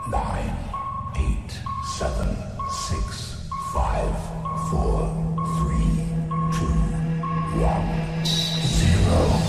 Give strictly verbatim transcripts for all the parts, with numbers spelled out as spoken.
nine, eight, seven, six, five, four, three, two, one, zero.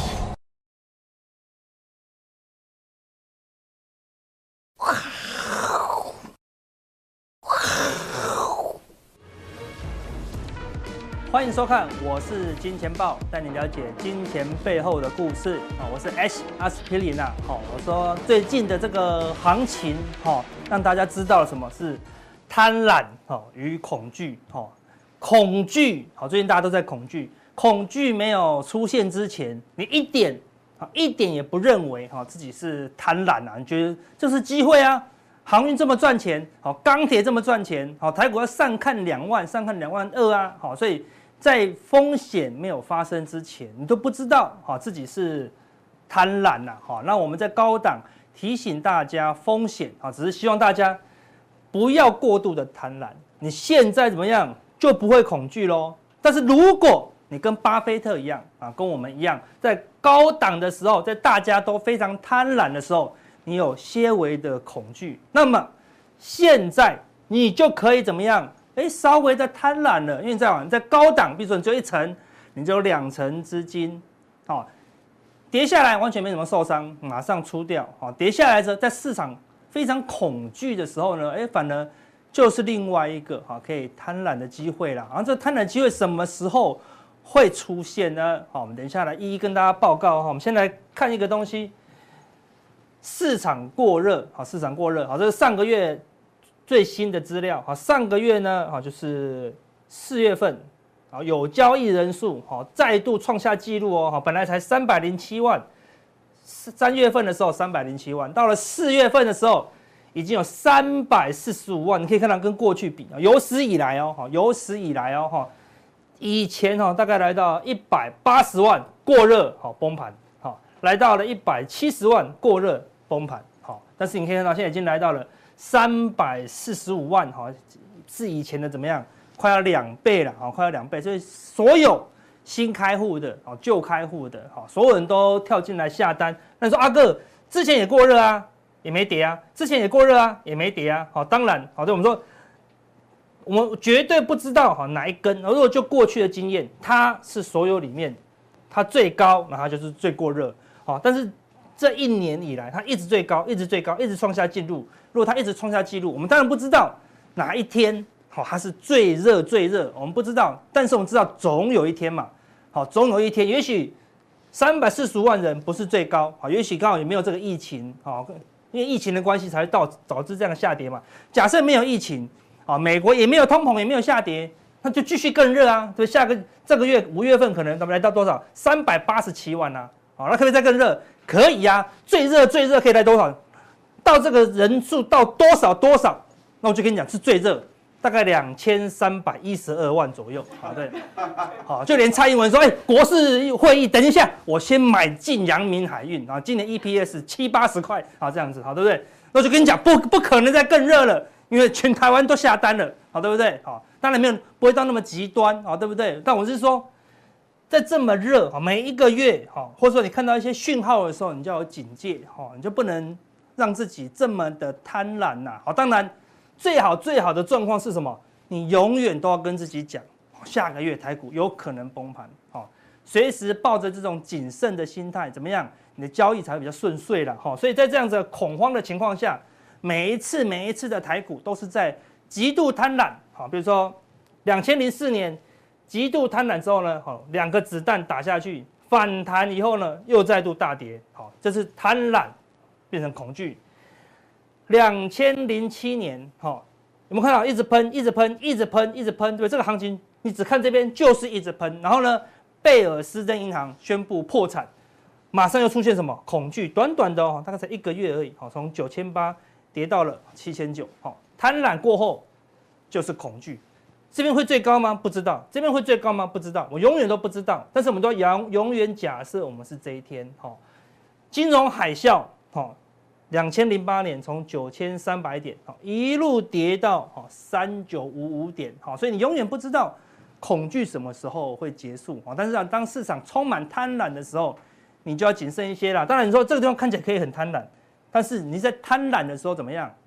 欢迎收看，我是金钱豹，带你了解金钱背后的故事啊！我是 Ash 阿司匹林啊！好，我说最近的这个行情，哈，让大家知道了什么是贪婪哈与恐惧哈。恐惧好，最近大家都在恐惧，恐惧没有出现之前，你一点啊一点也不认为哈自己是贪婪啊，你觉得这是机会啊？航运这么赚钱，好，钢铁这么赚钱，好，台股要上看两万，上看两万二啊，好，所以。在风险没有发生之前，你都不知道哈自己是贪婪呐哈。那我们在高档提醒大家风险啊，只是希望大家不要过度的贪婪。你现在怎么样就不会恐惧咯。但是如果你跟巴菲特一样啊，跟我们一样，在高档的时候，在大家都非常贪婪的时候，你有些微的恐惧，那么现在你就可以怎么样？哎，稍微的贪婪了，因为你在往在高档，比如说你只有一层，你就有两成资金，好、哦，跌下来完全没什么受伤，马上出掉，好、哦，跌下来之后，在市场非常恐惧的时候呢，哎，反而就是另外一个哈、哦、可以贪婪的机会啦。然后这贪婪机会什么时候会出现呢？好、哦，我们等一下来一一跟大家报告哈、哦。我们先来看一个东西，市场过热，好、哦，市场过热，好、哦，这是上个月。最新的资料，好，上个月呢，好，就是四月份，好，有交易人数，好，再度创下纪录哦，好，本来才三百零七万，三月份的时候三百零七万，到了四月份的时候，已经有三百四十五万，你可以看到跟过去比，有史以来哦，好，有史以来哦，哈，以前哦，大概来到一百八十万过热，好崩盘，好，来到了一百七十万过热崩盘，好，但是你可以看到现在已经来到了。三百四十五万哈，是以前的怎么样？快要两倍了啊，快要两倍。所以所有新开户的啊、旧开户的哈，所有人都跳进来下单。那你说阿哥之前也过热啊，也没跌啊；之前也过热啊，也没跌啊。好，当然好，对我们说，我们绝对不知道哈哪一根。如果就过去的经验，它是所有里面它最高，那它就是最过热。好，但是这一年以来，它一直最高，一直最高，一直创下纪录。如果它一直创下纪录，我们当然不知道哪一天好、哦、它是最热最热，我们不知道，但是我们知道总有一天嘛，好、哦、总有一天，也许三百四十万人不是最高，好、哦、也许刚好也没有这个疫情，好、哦、因为疫情的关系才会导导致这样的下跌嘛。假设没有疫情，好、哦、美国也没有通膨，也没有下跌，那就继续更热啊，对，下个这个月五月份可能咱们来到多少？三百八十七万啊，好、哦、那可不可以再更热？可以啊，最热最热可以来多少？到这个人数到多少多少，那我就跟你讲是最热，大概两千三百一十二万左右，好对，好就连蔡英文说，哎，国事会议等一下，我先买进阳明海运啊，今年 E P S 七八十块啊这样子，好对不对？那我就跟你讲不不可能再更热了，因为全台湾都下单了，好对不对？好，当然没有不会到那么极端，好对不对？但我是说。在这么热，每一个月，或者说你看到一些讯号的时候，你就要有警戒，你就不能让自己这么的贪婪呐。好，当然最好最好的状况是什么？你永远都要跟自己讲，下个月台股有可能崩盘，随时抱着这种谨慎的心态，怎么样？你的交易才会比较顺遂了。所以在这样子恐慌的情况下，每一次每一次的台股都是在极度贪婪，好，比如说两千零四年。极度贪婪之后呢，好，两个子弹打下去，反弹以后呢，又再度大跌，好，这是贪婪变成恐惧。两千零七年，好，有没有看到一直喷，一直喷，一直喷，一直喷，对不对？这个行情你只看这边就是一直喷，然后呢，贝尔斯登银行宣布破产，马上又出现什么恐惧？短短的哦，大概才一个月而已，好，从九千八跌到了七千九，好，贪婪过后就是恐惧。这边会最高吗？不知道。这边会最高吗？不知道。我永远都不知道。但是我们都永永远假设我们是这一天。哈、哦，金融海啸，哈、哦，两千零八年从九千三百点，哈、哦，一路跌到哈三九五五点，哈、哦，所以你永远不知道恐惧什么时候会结束，哈、哦。但是啊，当市场充满贪婪的时候，你就要谨慎一些啦。当然，你说这个地方看起来可以很贪婪，但是你在贪婪的时候怎么样？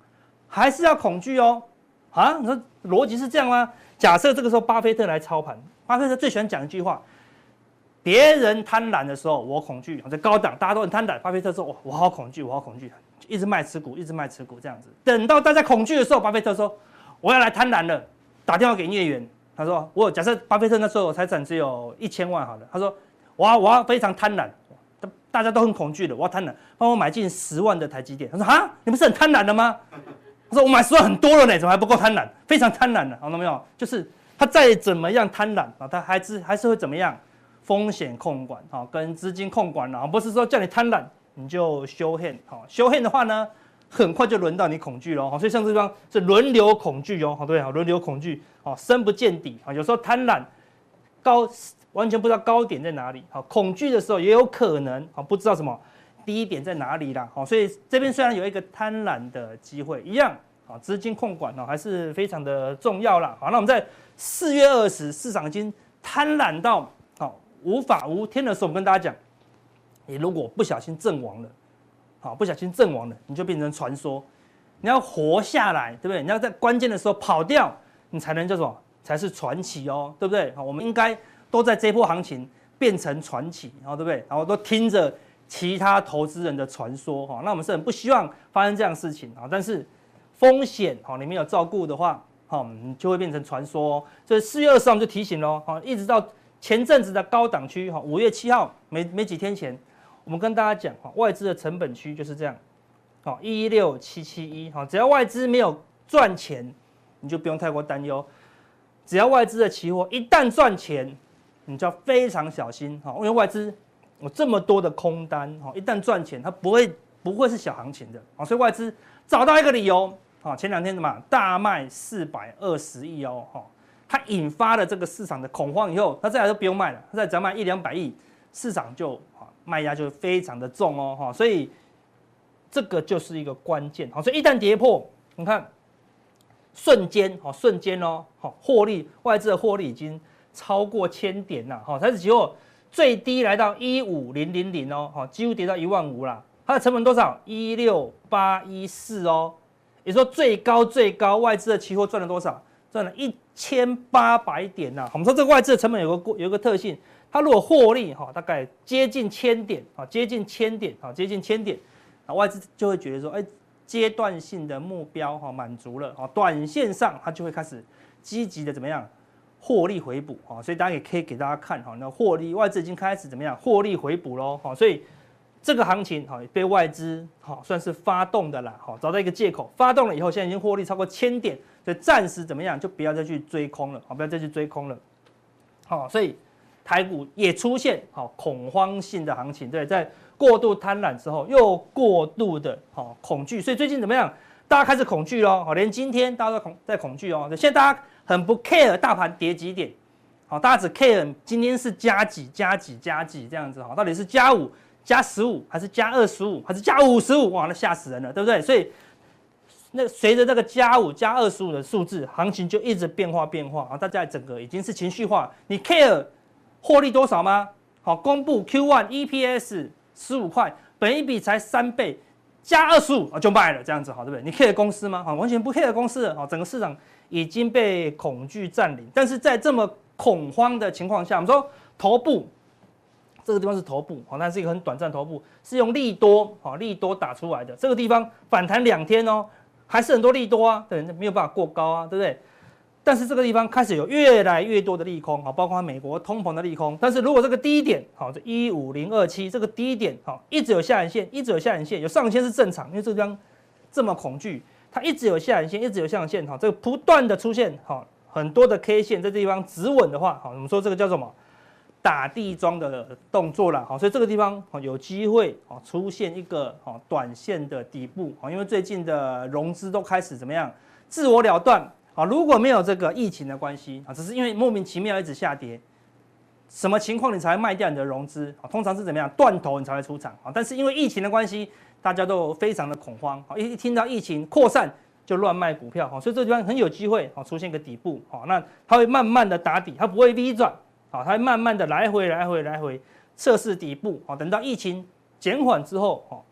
还是要恐惧哦。啊，你说逻辑是这样吗？假设这个时候巴菲特来操盘，巴菲特最喜欢讲一句话：别人贪婪的时候，我恐惧；在高档大家都很贪婪，巴菲特说：我我好恐惧，我好恐惧，一直卖持股，一直卖持股这样子。等到大家恐惧的时候，巴菲特说：我要来贪婪了，打电话给营业员，他说：我假设巴菲特那时候财产只有一千万好了，他说：我要我要非常贪婪。大家都很恐惧的，我要贪婪，帮我买进十万的台积电。他说：哈，你不是很贪婪的吗？他说：我买十万很多了呢，怎么还不够贪婪？非常贪婪的，好了没有？就是他再怎么样贪婪啊，他还是还是会怎么样？风险控管啊，跟资金控管啊，不是说叫你贪婪你就修宪。好，修宪的话呢，很快就轮到你恐惧了。所以像这地方是轮流恐惧哦，对啊，轮流恐惧，哦，深不见底啊。有时候贪婪高。完全不知道高点在哪里，好，恐惧的时候也有可能，好，不知道什么低点在哪里啦，好，所以这边虽然有一个贪婪的机会，一样，好，资金控管哦还是非常的重要啦，好，那我们在四月二十市场已经贪婪到好无法无天的时候，我们跟大家讲，你如果不小心阵亡了，好，不小心阵亡了，你就变成传说，你要活下来，对不对？你要在关键的时候跑掉，你才能叫什么？才是传奇哦，对不对？好，我们应该。都在这波行情变成传奇，对不对？然后都听着其他投资人的传说，那我们是很不希望发生这样的事情啊。但是风险，你没有照顾的话，你就会变成传说。所以四月二十号我们就提醒喽，一直到前阵子的高档区，五月七号没没几天前，我们跟大家讲，外资的成本区就是这样，一六七七一，只要外资没有赚钱，你就不用太过担忧。只要外资的期货一旦赚钱，你就要非常小心，因为外资有这么多的空单，一旦赚钱，它不会不会是小行情的，所以外资找到一个理由，前两天什么大卖四百二十亿哦，它引发了这个市场的恐慌以后，它再来就不用卖了，它再只要卖一两百亿，市场就卖压就非常的重哦，所以这个就是一个关键，所以一旦跌破，你看瞬间，瞬间哦，获利外资的获利已经。超过千点啦，哈，台指期货最低来到一五零零零哦，哈，几乎跌到一万五啦。它的成本多少？一六八一四哦，也说最高最高外资的期货赚了多少？赚了一千八百点呐。我们说这个外资的成本有个有个特性，它如果获利哈，大概接近千点啊，接近千点啊，接近千点，啊，外资就会觉得说，哎，阶段性的目标哈满足了，啊，短线上它就会开始积极的怎么样？获利回补啊，所以大家也可以给大家看哈，那获利外资已经开始怎么样？获利回补喽，哈，所以这个行情哈被外资哈算是发动的啦，好，找到一个借口，发动了以后，现在已经获利超过千点，所以暂时怎么样就不要再去追空了，好，不要再去追空了，好，所以台股也出现好恐慌性的行情，对，在过度贪婪之后又过度的好恐惧，所以最近怎么样？大家开始恐惧咯，好，连今天大家都恐在恐惧哦，现在大家。很不 care 大盘跌几点，好，大家只 care 今天是加几加几加几这样子，好，到底是加五加十五还是加二十五还是加五十五？哇，那吓死人了，对不对？所以那随着这个加五加二十五的数字，行情就一直变化变化，啊，大家整个已经是情绪化。你 care 获利多少吗？好，公布 Q 一 E P S 十五块，本益比才三倍，加二十五就卖了，这样子好，对不对？你 care 公司吗？好，完全不 care 公司的，好，整个市场。已经被恐惧占领，但是在这么恐慌的情况下，我们说头部这个地方是头部，好，那是一个很短暂的头部，是用利多，好，利多打出来的。这个地方反弹两天哦，还是很多利多啊，对，没有办法过高啊，对不对？但是这个地方开始有越来越多的利空，好，包括美国通膨的利空。但是如果这个低点，好，这一五零二七这个低点，好，一直有下影线，一直有下影线，有上影线是正常，因为这个地方这么恐惧。它一直有下影线，一直有下影线，哈，这个不断的出现，哈，很多的 K 线在这地方止稳的话，好，我们说这个叫什么？打地桩的动作啦，好，所以这个地方有机会出现一个短线的底部，因为最近的融资都开始怎么样？自我了断，如果没有这个疫情的关系，只是因为莫名其妙一直下跌，什么情况你才会卖掉你的融资？通常是怎么样？断头你才会出场，但是因为疫情的关系。大家都非常的恐慌，一听到疫情扩散就乱卖股票，所以这个地方很有机会出现一个底部，那它会慢慢的打底，它不会 V 转，它会慢慢的来回来回来回测试底部，等到疫情减缓之后，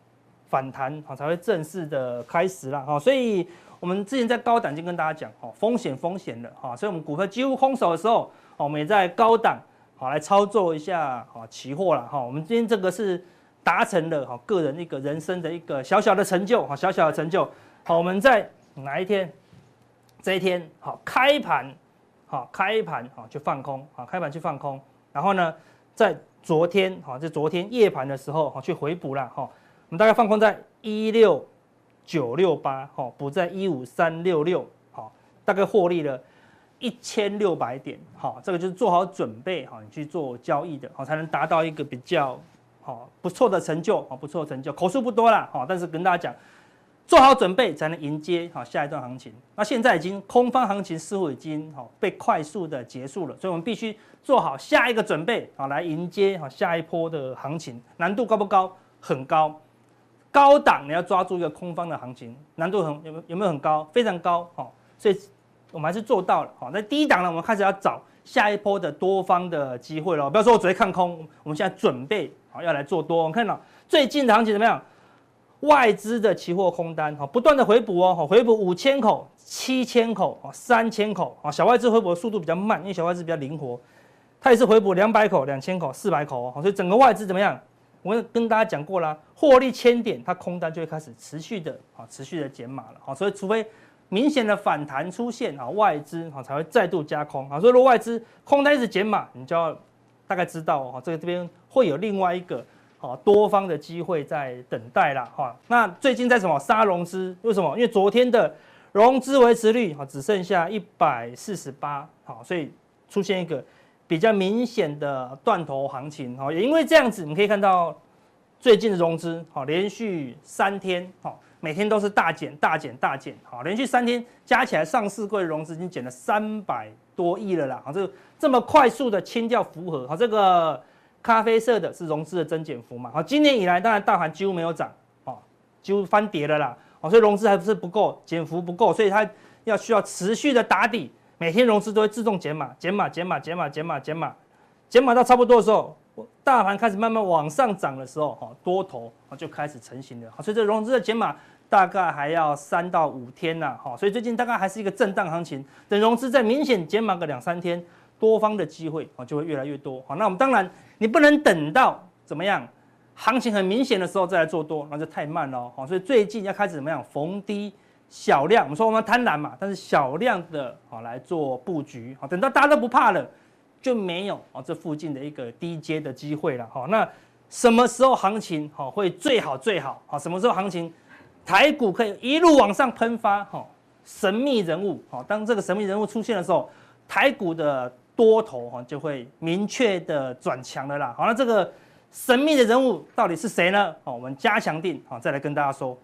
反弹好才会正式的开始啦。哈，所以我们之前在高档已经跟大家讲，哈，风险风险的哈，所以我们股票几乎空手的时候，我们也在高档好来操作一下好期货啦。哈，我们今天这个是达成了好个人一个人生的一个小小的成就，好小小的成就。好，我们在哪一天？这一天好开盘，好开盘好就放空，好开盘去放空，然后呢，在昨天好就昨天夜盘的时候好去回补啦。哈，我们大概放空在一六九六八，好补在一五三六六，好大概获利了一千六百点，好这个就是做好准备，好你去做交易的，好才能达到一个比较好不错的成就，好不错的成就，口数不多啦，好但是跟大家讲。做好准备才能迎接好下一段行情。那现在已经空方行情似乎已经好被快速的结束了，所以我们必须做好下一个准备，好来迎接好下一波的行情。难度高不高？很高。高档你要抓住一个空方的行情，难度很有没有有没有很高？非常高。好，所以我们还是做到了。好，在低档呢，我们开始要找下一波的多方的机会了。不要说我只会看空，我们现在准备好要来做多。我们看到最近的行情怎么样？外资的期货空单不断的回补哦，回补五千口、七千口、三千口啊。小外资回补的速度比较慢，因为小外资比较灵活，它也是回补两百口、两千口、四百口哦。所以整个外资怎么样？我跟大家讲过啦，获利千点，它空单就会开始持续的啊，持续的减码了。所以除非明显的反弹出现啊，外资才会再度加空啊。所以如果外资空单一直减码，你就要大概知道哦，这个这边会有另外一个。好，多方的机会在等待啦，哈。那最近在什么杀融资？为什么？因为昨天的融资维持率哈只剩下一百四十八，好，所以出现一个比较明显的断头行情，哈。也因为这样子，你可以看到最近的融资，好，连续三天，好，每天都是大减、大减、大减，好，连续三天加起来，上市柜融资已经减了三百多亿了啦，好，这这么快速的清掉符合，好，这个。咖啡色的是融资的增减幅嘛？好，今年以来当然大盘几乎没有涨，哦，几乎翻跌了啦，哦，所以融资还不是不够，减幅不够，所以它要需要持续的打底，每天融资都会自动减码、减码、减码、减码、减码、减码，减码到差不多的时候，大盘开始慢慢往上涨的时候，哈，多头就开始成型了，好，所以这融资的减码大概还要三到五天呐，好，所以最近大概还是一个震荡行情，等融资再明显减码个两三天。多方的机会就会越来越多。好，那我们当然你不能等到怎么样行情很明显的时候再来做多，那就太慢了。好，所以最近要开始怎么样逢低小量，我们说我们贪婪嘛，但是小量的好来做布局。好，等到大家都不怕了，就没有哦这附近的一个低阶的机会了。好，那什么时候行情好会最好最好？好，什么时候行情台股可以一路往上喷发？好，神秘人物好，当这个神秘人物出现的时候，台股的多头就会明确的转强了啦。好，那这个神秘的人物到底是谁呢？好，我们加强定好再来跟大家说。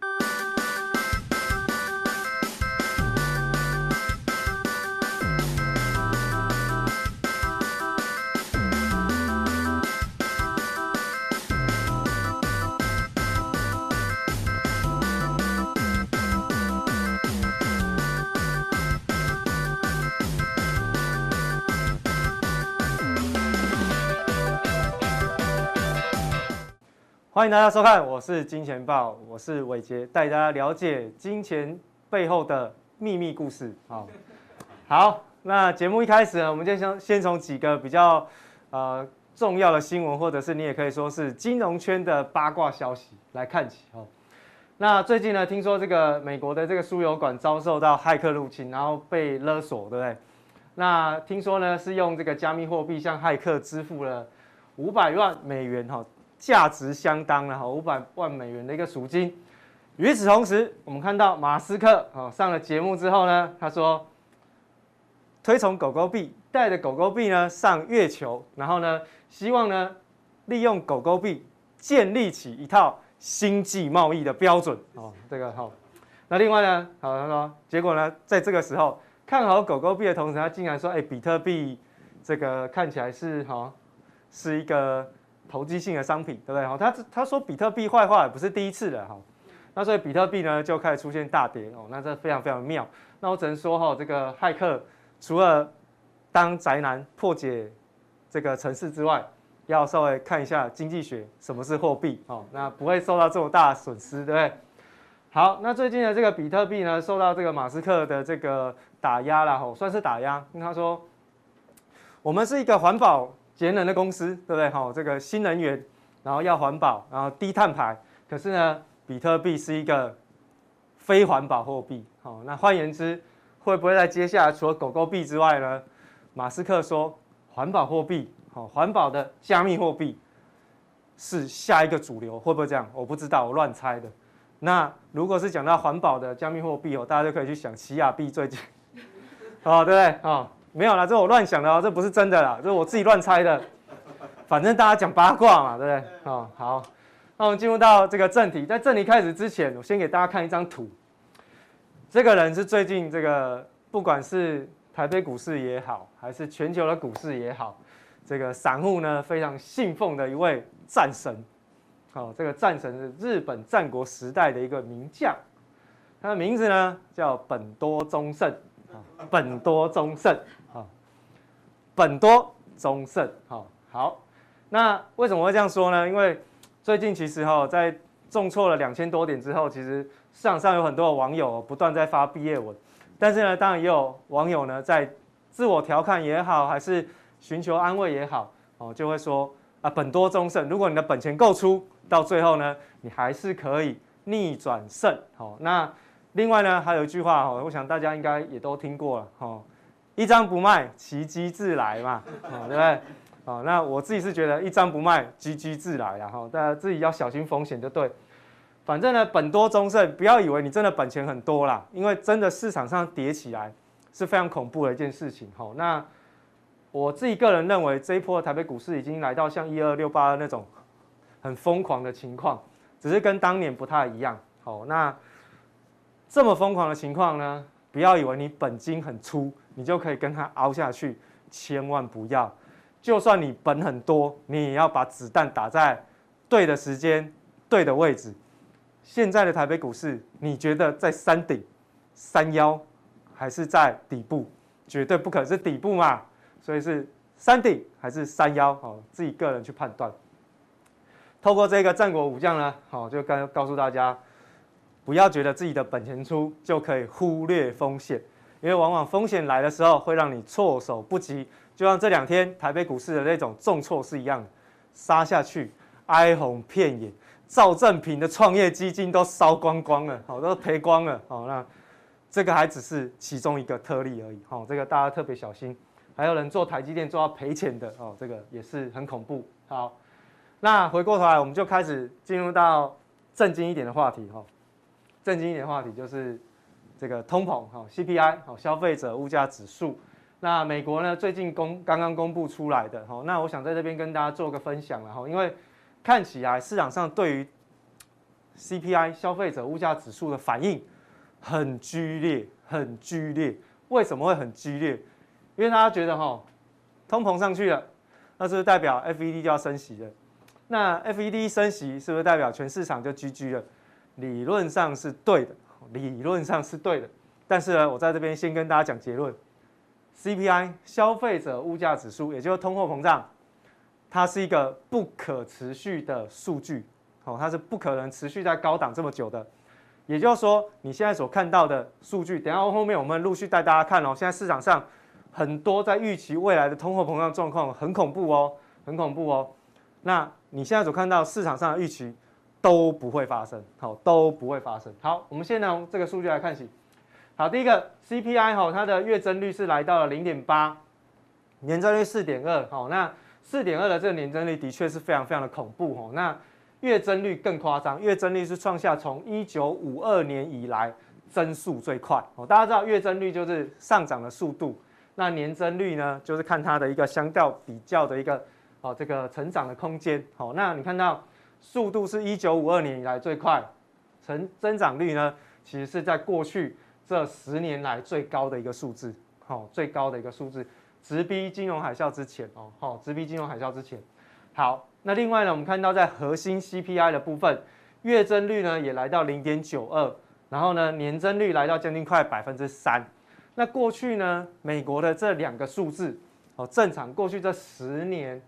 欢迎大家收看，我是金钱豹，我是伟杰，带大家了解金钱背后的秘密故事。好，好，那节目一开始呢，我们就先先从几个比较呃重要的新闻，或者是你也可以说是金融圈的八卦消息来看起。哦，那最近呢，听说这个美国的这个输油管遭受到骇客入侵，然后被勒索，对不对？那听说呢是用这个加密货币向骇客支付了五百万美元，哈。价值相当了哈五百万美元的一个赎金。与此同时，我们看到马斯克啊上了节目之后呢，他说推崇狗狗币，带着狗狗币呢上月球，然后呢希望呢利用狗狗币建立起一套星际贸易的标准哦。这个好，那另外呢，好他说结果呢在这个时候看好狗狗币的同时，他竟然说，哎，比特币这个看起来是哈是一个投机性的商品，对不对？他他说比特币坏话也不是第一次了哈，那所以比特币呢就开始出现大跌哦，那这非常非常妙。那我只能说哈，这个骇客除了当宅男破解这个程式之外， 要稍微看一下经济学，什么是货币哦，那不会受到这么大的损失，对不对？好，那最近的这个比特币呢，受到这个马斯克的这个打压啦，吼，算是打压。因为他说，我们是一个环保节能的公司，对不对？吼，这个新能源，然后要环保，然后低碳排。可是呢，比特币是一个非环保货币。好，那换言之，会不会在接下来除了狗狗币之外呢？马斯克说，环保货币，好，环保的加密货币是下一个主流，会不会这样？我不知道，我乱猜的。那如果是讲到环保的加密货币哦，大家就可以去想奇亚币最近，哦，对不对？哦，没有啦，这是我乱想的哦，这不是真的啦，这是我自己乱猜的。反正大家讲八卦嘛，对不对？哦，好，那我们进入到这个正题。在正题开始之前，我先给大家看一张图。这个人是最近这个不管是台北股市也好，还是全球的股市也好，这个散户呢非常信奉的一位战神。哦，这个战神是日本战国时代的一个名将，他的名字呢叫本多忠胜，本多忠胜，啊，本多忠胜，好，好，那为什么会这样说呢？因为最近其实哈，在重挫了两千多点之后，其实市场上有很多的网友不断在发毕业文，但是呢，当然也有网友呢在自我调侃也好，还是寻求安慰也好，哦，就会说啊，本多忠胜，如果你的本钱够出。到最后呢，你还是可以逆转胜。好，那另外呢，还有一句话，我想大家应该也都听过了，哈，一张不卖，奇迹自来嘛，对不对？好，那我自己是觉得一张不卖，奇迹自来啦，哈，大家自己要小心风险就对。反正呢，本多忠胜，不要以为你真的本钱很多啦，因为真的市场上跌起来是非常恐怖的一件事情。好，那我自己个人认为，这一波的台北股市已经来到像一二六八二那种很疯狂的情况，只是跟当年不太一样。好，那这么疯狂的情况呢，不要以为你本金很粗，你就可以跟它熬下去，千万不要。就算你本很多，你也要把子弹打在对的时间、对的位置。现在的台北股市，你觉得在山顶、山腰，还是在底部？绝对不可能是底部嘛，所以是山顶还是山腰？好，自己个人去判断。透过这个战国武将呢，好，就告告诉大家，不要觉得自己的本钱出就可以忽略风险，因为往往风险来的时候会让你措手不及。就像这两天台北股市的那种重挫是一样的，杀下去，哀鸿遍野，赵正平的创业基金都烧光光了，好，都赔光了，好，那这个还只是其中一个特例而已，好，这个大家特别小心。还有人做台积电做到赔钱的，哦，这个也是很恐怖，好。那回过头来，我们就开始进入到正经一点的话题哈。正经一点的话题就是这个通膨哈 ，C P I 好，消费者物价指数。那美国呢最近公刚刚公布出来的哈，那我想在这边跟大家做个分享了哈，因为看起来市场上对于 C P I 消费者物价指数的反应很剧烈，很剧烈。为什么会很剧烈？因为大家觉得哈，通膨上去了，那是不是代表 F E D 就要升息了？那 F E D 升息是不是代表全市场就 G G 了？理论上是对的，理论上是对的。但是呢，我在这边先跟大家讲结论 ：C P I 消费者物价指数，也就是通货膨胀，它是一个不可持续的数据，好，它是不可能持续在高档这么久的。也就是说，你现在所看到的数据，等一下后面我们陆续带大家看哦。现在市场上很多在预期未来的通货膨胀状况很恐怖哦，很恐怖哦。那你现在所看到市场上的预期都不会发生，好，都不会发生。好，我们先从这个数据来看起。好，第一个 C P I 哈，它的月增率是来到了 零点八， 年增率 四点二， 好，那 四点二 的这个年增率的确是非常非常的恐怖哈。那月增率更夸张，月增率是创下从一九五二年以来增速最快。哦，大家知道月增率就是上涨的速度，那年增率呢，就是看它的一个相较比较的一个哦这个成长的空间。好，那你看到速度是一九五二年以来最快，成增长率呢，其实是在过去这十年来最高的一个数字。好，最高的一个数字，直逼金融海啸之前哦，好，直逼金融海啸之前。好。那另外呢，我们看到在核心 C P I 的部分，月增率呢也来到 零点九二， 然后呢年增率来到将近快 百分之三。那过去呢，美国的这两个数字，哦，正常过去这十年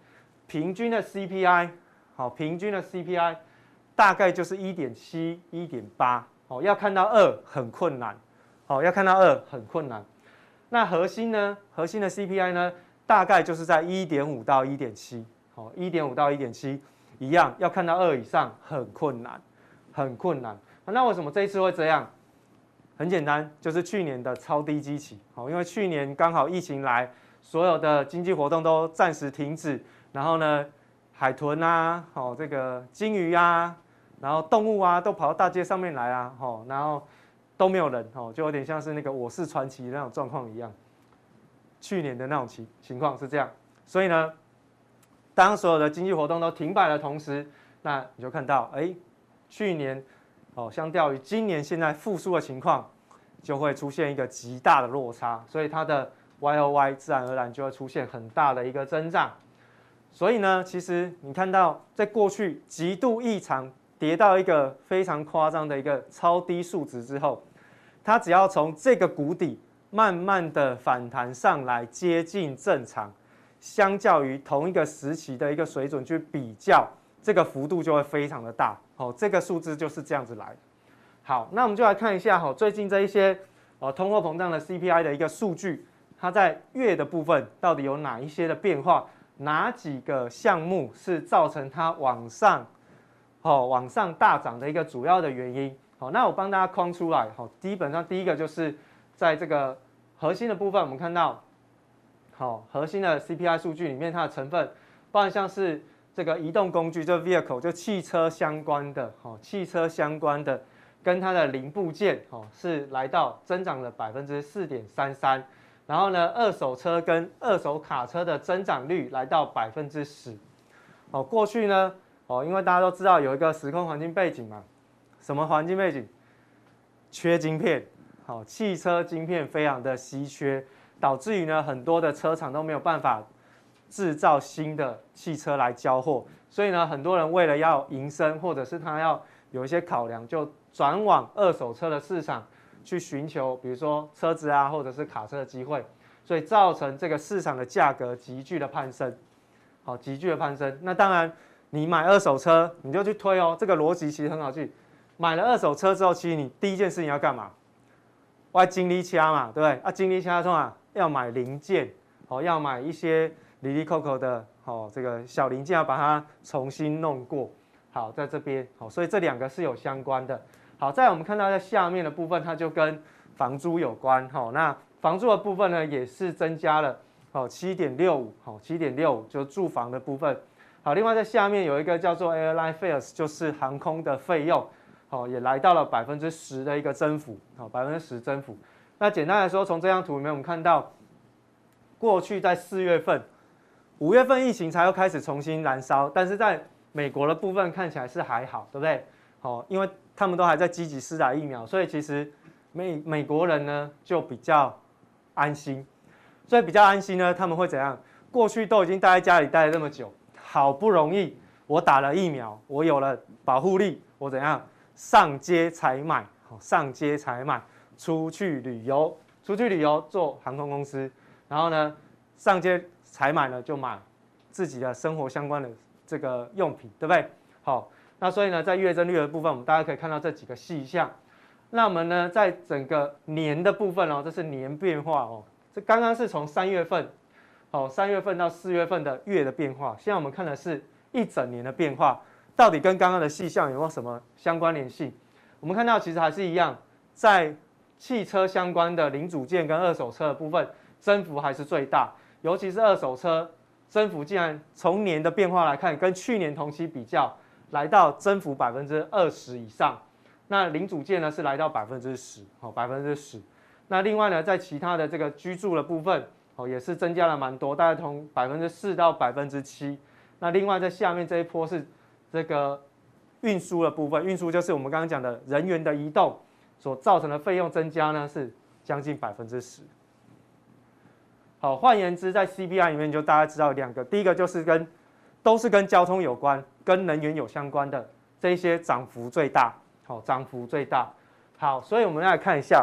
平均的 C P I， 好，平均的 C P I 大概就是 一点七、一点八，哦，要看到二很困难，好，要看到二很困难。那核心呢？核心的 C P I 呢，大概就是在 一点五 到 一点七，好 ，一点五 到 一点七一样，要看到二以上很困难，很困难。那为什么这一次会这样？很简单，就是去年的超低基期，好，因为去年刚好疫情来，所有的经济活动都暂时停止，然后呢，海豚啊，好，这个鲸鱼啊，然后动物啊，都跑到大街上面来啊，好，然后都没有人，哦，就有点像是那个《我是传奇》那种状况一样。去年的那种情情况是这样，所以呢，当所有的经济活动都停摆的同时，那你就看到，哎，去年。哦，相较于今年现在复苏的情况，就会出现一个极大的落差，所以它的 Y O Y 自然而然就会出现很大的一个增长。所以呢，其实你看到在过去极度异常跌到一个非常夸张的一个超低数值之后，它只要从这个谷底慢慢的反弹上来，接近正常，相较于同一个时期的一个水准去比较，这个幅度就会非常的大。好，这个数字就是这样子来。好，那我们就来看一下哈，最近这一些呃通货膨胀的 C P I 的一个数据，它在月的部分到底有哪一些的变化？哪几个项目是造成它往上，哦往上大涨的一个主要的原因？好，那我帮大家框出来。好，基本上第一个就是在这个核心的部分，我们看到，好，核心的 C P I 数据里面它的成分，包含像是这个移动工具，就 vehicle， 就汽车相关的，哦，汽车相关的跟它的零部件，哦，是来到增长了百分之四点三三，然后呢，二手车跟二手卡车的增长率来到百分之十，哦，过去呢，哦，因为大家都知道有一个时空环境背景嘛，什么环境背景？缺晶片，好，汽车晶片非常的稀缺，导致于呢很多的车厂都没有办法制造新的汽车来交货，所以呢，很多人为了要营生，或者是他要有一些考量，就转往二手车的市场去寻求，比如说车子啊，或者是卡车的机会，所以造成这个市场的价格急剧的攀升，好，急剧的攀升。那当然，你买二手车，你就去推哦，这个逻辑其实很好记。买了二手车之后，其实你第一件事情要干嘛？我要经理掐嘛，对不对？啊，经理掐的话要买零件，哦，要买一些里里扣扣的，哦，这个小零件要把它重新弄过。好，在这边，好，所以这两个是有相关的。好，再来我们看到在下面的部分，它就跟房租有关。好，那房租的部分呢，也是增加了，好，七点六五，好，七点六五就是住房的部分。好，另外在下面有一个叫做 airline fares， 就是航空的费用。好，也来到了百分之十的一个增幅，好，百分之十增幅。那简单来说，从这张图里面我们看到，过去在四月份、五月份疫情才又开始重新燃烧，但是在美国的部分看起来是还好，对不对？好，因为他们都还在积极施打疫苗，所以其实美美国人呢就比较安心，所以比较安心呢，他们会怎样？过去都已经待在家里待了这么久，好不容易我打了疫苗，我有了保护力，我怎样？上街采买，上街采买，出去旅游，出去旅游做航空公司，然后呢，上街采买呢就买自己的生活相关的这个用品，对不对？好，那所以呢，在月增率的部分，我们大家可以看到这几个细项。那我们呢，在整个年的部分哦，这是年变化哦，这刚刚是从三月份，哦，三月份到四月份的月的变化，现在我们看的是一整年的变化。到底跟刚刚的细项有没有什么相关联性？我们看到其实还是一样，在汽车相关的零组件跟二手车的部分，增幅还是最大。尤其是二手车，增幅竟然从年的变化来看，跟去年同期比较，来到增幅百分之二十以上。那零组件呢是来到百分之十，好，百分之十。那另外呢，在其他的这个居住的部分，哦，也是增加了蛮多，大概从百分之四到百分之七。那另外在下面这一波是这个运输的部分，运输就是我们刚刚讲的人员的移动所造成的费用增加呢，是将近百分之十。好，换言之，在 C P I 里面就大家知道两个，第一个就是跟都是跟交通有关、跟能源有相关的这一些涨幅最大，好，涨幅最大。好，所以我们来看一下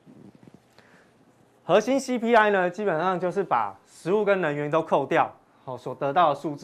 核心 C P I 呢，基本上就是把食物跟能源都扣掉，好，所得到的数字。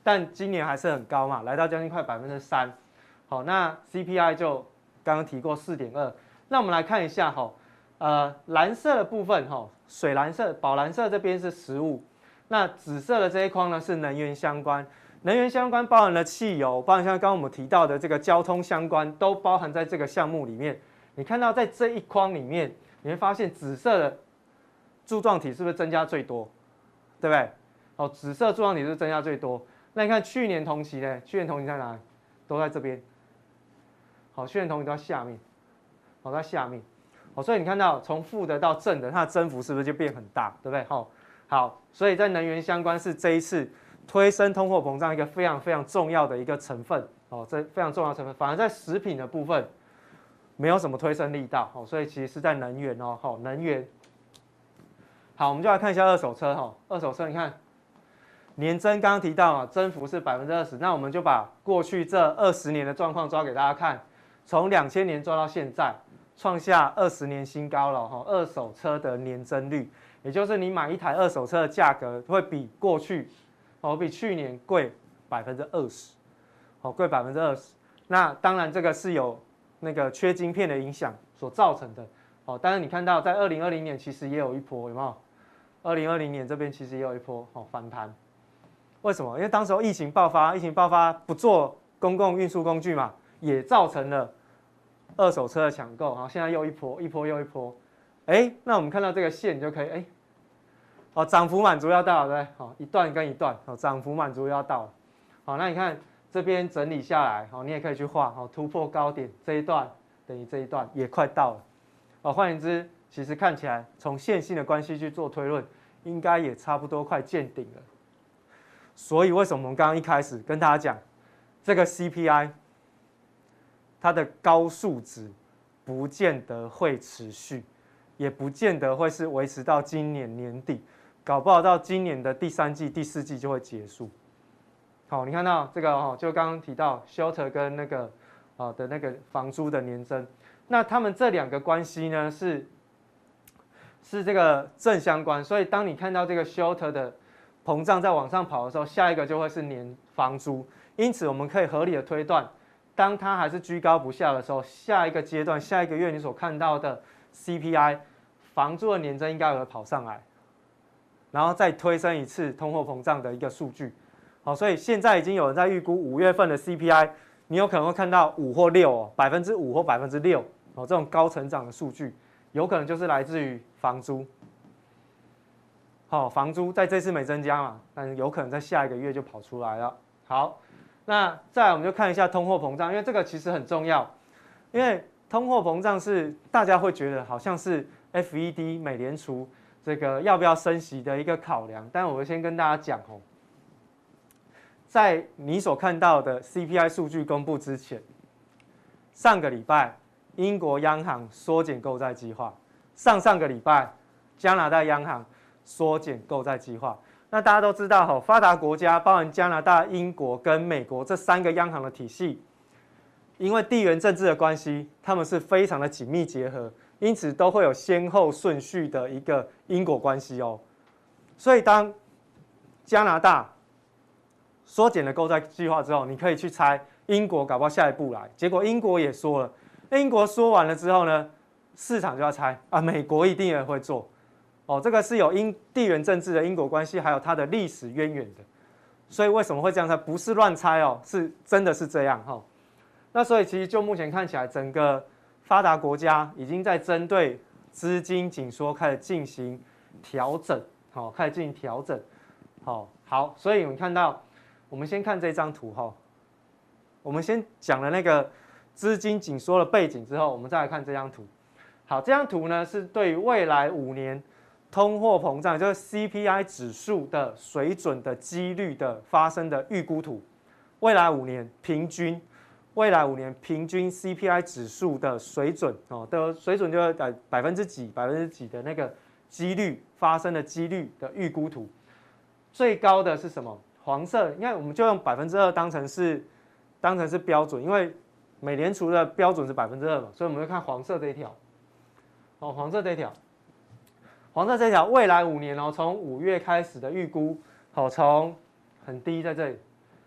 但今年还是很高嘛，来到将近快百分之三。好，那 C P I 就刚刚提过四点二。那我们来看一下哈，呃，蓝色的部分哈，水蓝色、宝蓝色这边是食物，那紫色的这一框呢是能源相关。能源相关包含了汽油，包含像刚刚我们提到的这个交通相关，都包含在这个项目里面。你看到在这一框里面，你会发现紫色的柱状体是不是增加最多？对不对？哦，紫色柱状体是增加最多。那你看去年同期呢？去年同期在哪里？都在这边。好，去年同期都在下面，好，在下面。好，所以你看到从负的到正的，它的增幅是不是就变很大？对不对？好，好，所以在能源相关是这一次推升通货膨胀一个非常非常重要的一个成分。哦，这非常重要的成分。反而在食品的部分没有什么推升力道。哦，所以其实是在能源哦，好，能源。好，我们就来看一下二手车哈。二手车你看年增刚刚提到啊，增幅是百分之二十。那我们就把过去这二十年的状况抓给大家看，从两千年抓到现在，创下二十年新高了哈。二手车的年增率，也就是你买一台二手车的价格会比过去哦，比去年贵百分之二十，哦，贵百分之二十。那当然这个是有那个缺晶片的影响所造成的。哦，但是你看到在二零二零年其实也有一波，有没有？二零二零年这边其实也有一波哦反弹。为什么？因为当时候疫情爆发，疫情爆发不做公共运输工具嘛，也造成了二手车的抢购。好，现在又一波，一波又一波。哎，那我们看到这个线就可以，哎，哦，涨幅满足要到了，对不对？好，一段跟一段，好，涨幅满足要到了。好，那你看这边整理下来，好，你也可以去画，好，突破高点这一段等于这一段也快到了。哦，换言之，其实看起来从线性的关系去做推论，应该也差不多快见顶了。所以为什么我们刚刚一开始跟大家讲，这个 C P I 它的高数值不见得会持续，也不见得会是维持到今年年底，搞不好到今年的第三季、第四季就会结束。好，你看到这个哦，就刚刚提到 shelter 跟那个啊的那个房租的年增。那他们这两个关系呢是是这个正相关，所以当你看到这个 shelter 的膨胀在往上跑的时候，下一个就会是年房租。因此，我们可以合理的推断，当它还是居高不下的时候，下一个阶段、下一个月你所看到的 C P I 房租的年增应该会跑上来，然后再推升一次通货膨胀的一个数据。好，所以现在已经有人在预估五月份的 C P I， 你有可能会看到五或六哦，百分之五或百分之六。哦，这种高成长的数据，有可能就是来自于房租。好，房租在这次没增加嘛，但是有可能在下一个月就跑出来了。好，那再来我们就看一下通货膨胀，因为这个其实很重要，因为通货膨胀是大家会觉得好像是 F E D 美联储这个要不要升息的一个考量，但我先跟大家讲哦，在你所看到的 C P I 数据公布之前，上个礼拜。英国央行缩减购债计划，上上个礼拜加拿大央行缩减购债计划。那大家都知道，发达国家包含加拿大、英国跟美国这三个央行的体系，因为地缘政治的关系，他们是非常的紧密结合，因此都会有先后顺序的一个因果关系哦。所以当加拿大缩减了购债计划之后，你可以去猜英国搞不好下一步来，结果英国也说了。英国说完了之后呢，市场就要猜啊，美国一定也会做，哦，这个是有因地缘政治的因果关系，还有它的历史渊源的，所以为什么会这样猜？不是乱猜哦，是真的是这样哈、哦。那所以其实就目前看起来，整个发达国家已经在针对资金紧缩开始进行调整，好、哦，开始进行调整，好、哦，好，所以我们看到，我们先看这张图哈、哦，我们先讲了那个。资金紧缩的背景之后，我们再来看这张图。好，这张图呢是对于未来五年通货膨胀，就是 C P I 指数的水准的几率的发生的预估图。未来五年平均，未来五年平均 C P I 指数的水准哦的水准就是百百分之几百分之几的那个几率发生的几率的预估图。最高的是什么？黄色，你看我们就用百分之二当成是当成是标准，因为美联储的标准是百分之二嘛，所以我们就看黄色这一条。哦，黄色这一条，黄色这一条，未来五年哦，从五月开始的预估，好，从很低在这里，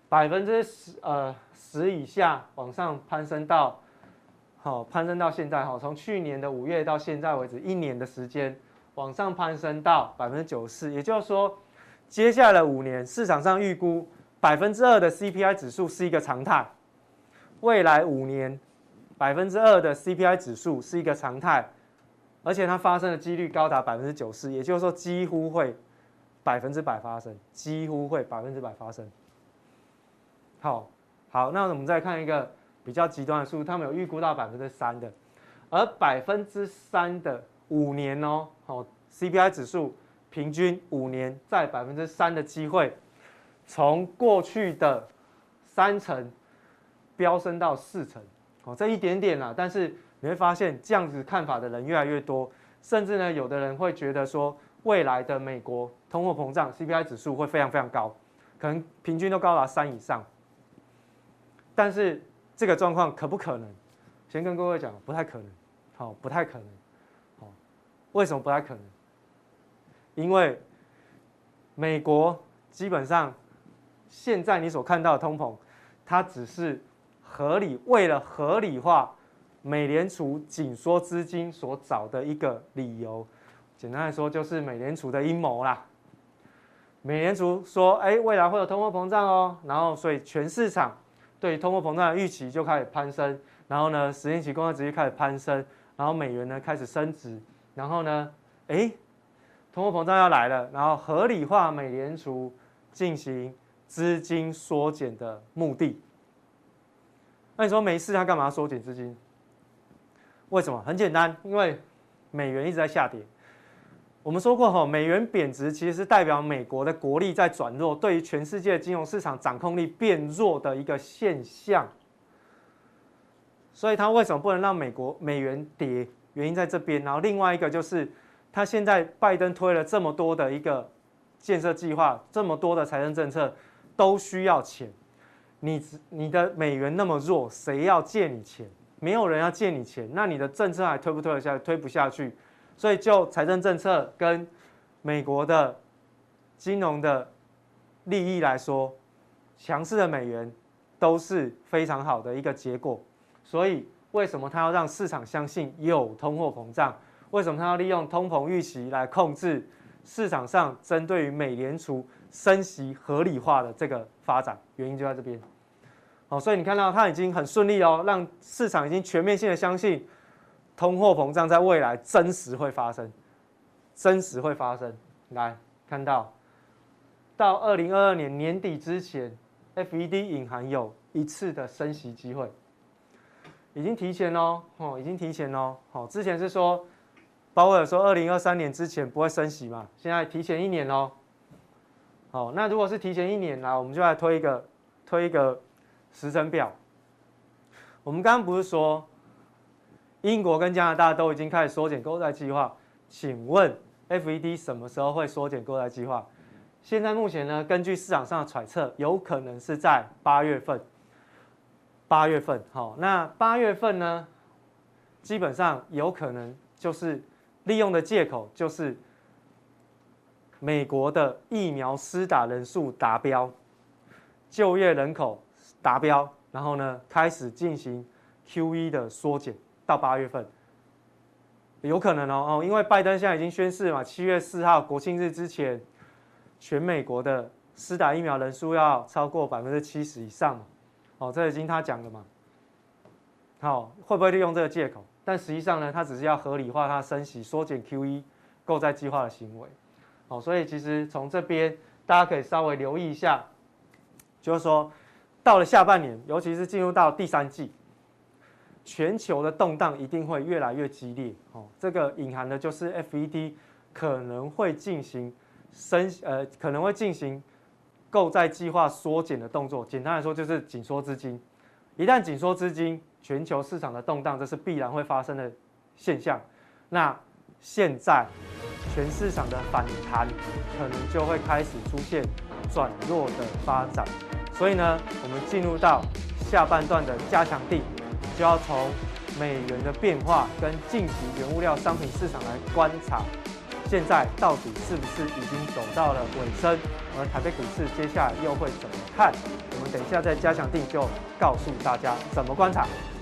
百分之十呃十以下往上攀升到，好、哦、攀升到现在哈，从去年的五月到现在为止一年的时间，往上攀升到百分之九十四，也就是说，接下来五年市场上预估百分之二的 C P I 指数是一个常态，未来五年百分之二的 C P I 指数是一个常态，而且它发生的几率高达百分之九十，也就是说几乎会百分之百发生，几乎会百分之百发生。好，好，那我们再看一个比较极端的数，他们有预估到百分之三的，而百分之三的五年哦，好 ，C P I 指数平均五年在百分之三的机会，从过去的三成飙升到四成，哦，这一点点啦，但是你会发现这样子看法的人越来越多，甚至呢，有的人会觉得说，未来的美国通货膨胀 C P I 指数会非常非常高，可能平均都高达三以上。但是这个状况可不可能？先跟各位讲，不太可能，好，不太可能，好，为什么不太可能？因为美国基本上现在你所看到的通膨，它只是合理为了合理化美联储紧缩资金所找的一个理由。简单来说，就是美联储的阴谋啦。美联储说，哎，未来会有通货膨胀哦，然后所以全市场对通货膨胀的预期就开始攀升，然后呢，十年期公债殖利率开始攀升，然后美元呢开始升值，然后呢，哎，通货膨胀要来了，然后合理化美联储进行资金缩减的目的。那你说没事，他干嘛缩减资金？为什么？很简单，因为美元一直在下跌。我们说过哈，美元贬值其实是代表美国的国力在转弱，对于全世界金融市场掌控力变弱的一个现象。所以它为什么不能让美国美元跌？原因在这边。然后另外一个就是，他现在拜登推了这么多的一个建设计划，这么多的财政政策，都需要钱。你你的美元那么弱，谁要借你钱？没有人要借你钱，那你的政策还推不推得下去？推不下去。所以就财政政策跟美国的金融的利益来说，强势的美元都是非常好的一个结果。所以为什么他要让市场相信有通货膨胀？为什么他要利用通膨预期来控制市场上针对于美联储升息合理化的这个发展？原因就在这边。好，所以你看到它已经很顺利哦，让市场已经全面性的相信通货膨胀在未来真实会发生，真实会发生。来看到，到二零二二年年底之前 ，F E D 隐含有一次的升息机会，已经提前哦，哦，已经提前哦。好，之前是说鲍威尔说二零二三年之前不会升息嘛，现在提前一年哦。好，那如果是提前一年啦，我们就来推一个推一个时程表。我们刚刚不是说英国跟加拿大都已经开始缩减购债计划，请问 F E D 什么时候会缩减购债计划？现在目前呢，根据市场上的揣测，有可能是在八月份。八月份，好，那八月份呢，基本上有可能就是利用的借口就是美国的疫苗施打人数达标，就业人口达标，然后呢开始进行 Q E 的缩减。到八月份，有可能哦，因为拜登现在已经宣示嘛，七月四号国庆日之前，全美国的施打疫苗人数要超过百分之七十以上嘛，哦，这已经他讲了嘛，好，会不会利用这个借口？但实际上呢，他只是要合理化他升息、缩减 Q E 购债计划的行为，哦，所以其实从这边大家可以稍微留意一下，就是说到了下半年，尤其是进入到第三季。全球的动荡一定会越来越激烈，哦，这个隐含的就是 F E D 可能会进行升呃可能会进行购债计划缩减的动作。简单来说就是紧缩资金，一旦紧缩资金，全球市场的动荡这是必然会发生的现象。那现在全市场的反弹可能就会开始出现转弱的发展，所以呢，我们进入到下半段的加强地。就要从美元的变化跟近期原物料商品市场来观察，现在到底是不是已经走到了尾声，而台北股市接下来又会怎么看？我们们等一下在加强定就告诉大家怎么观察。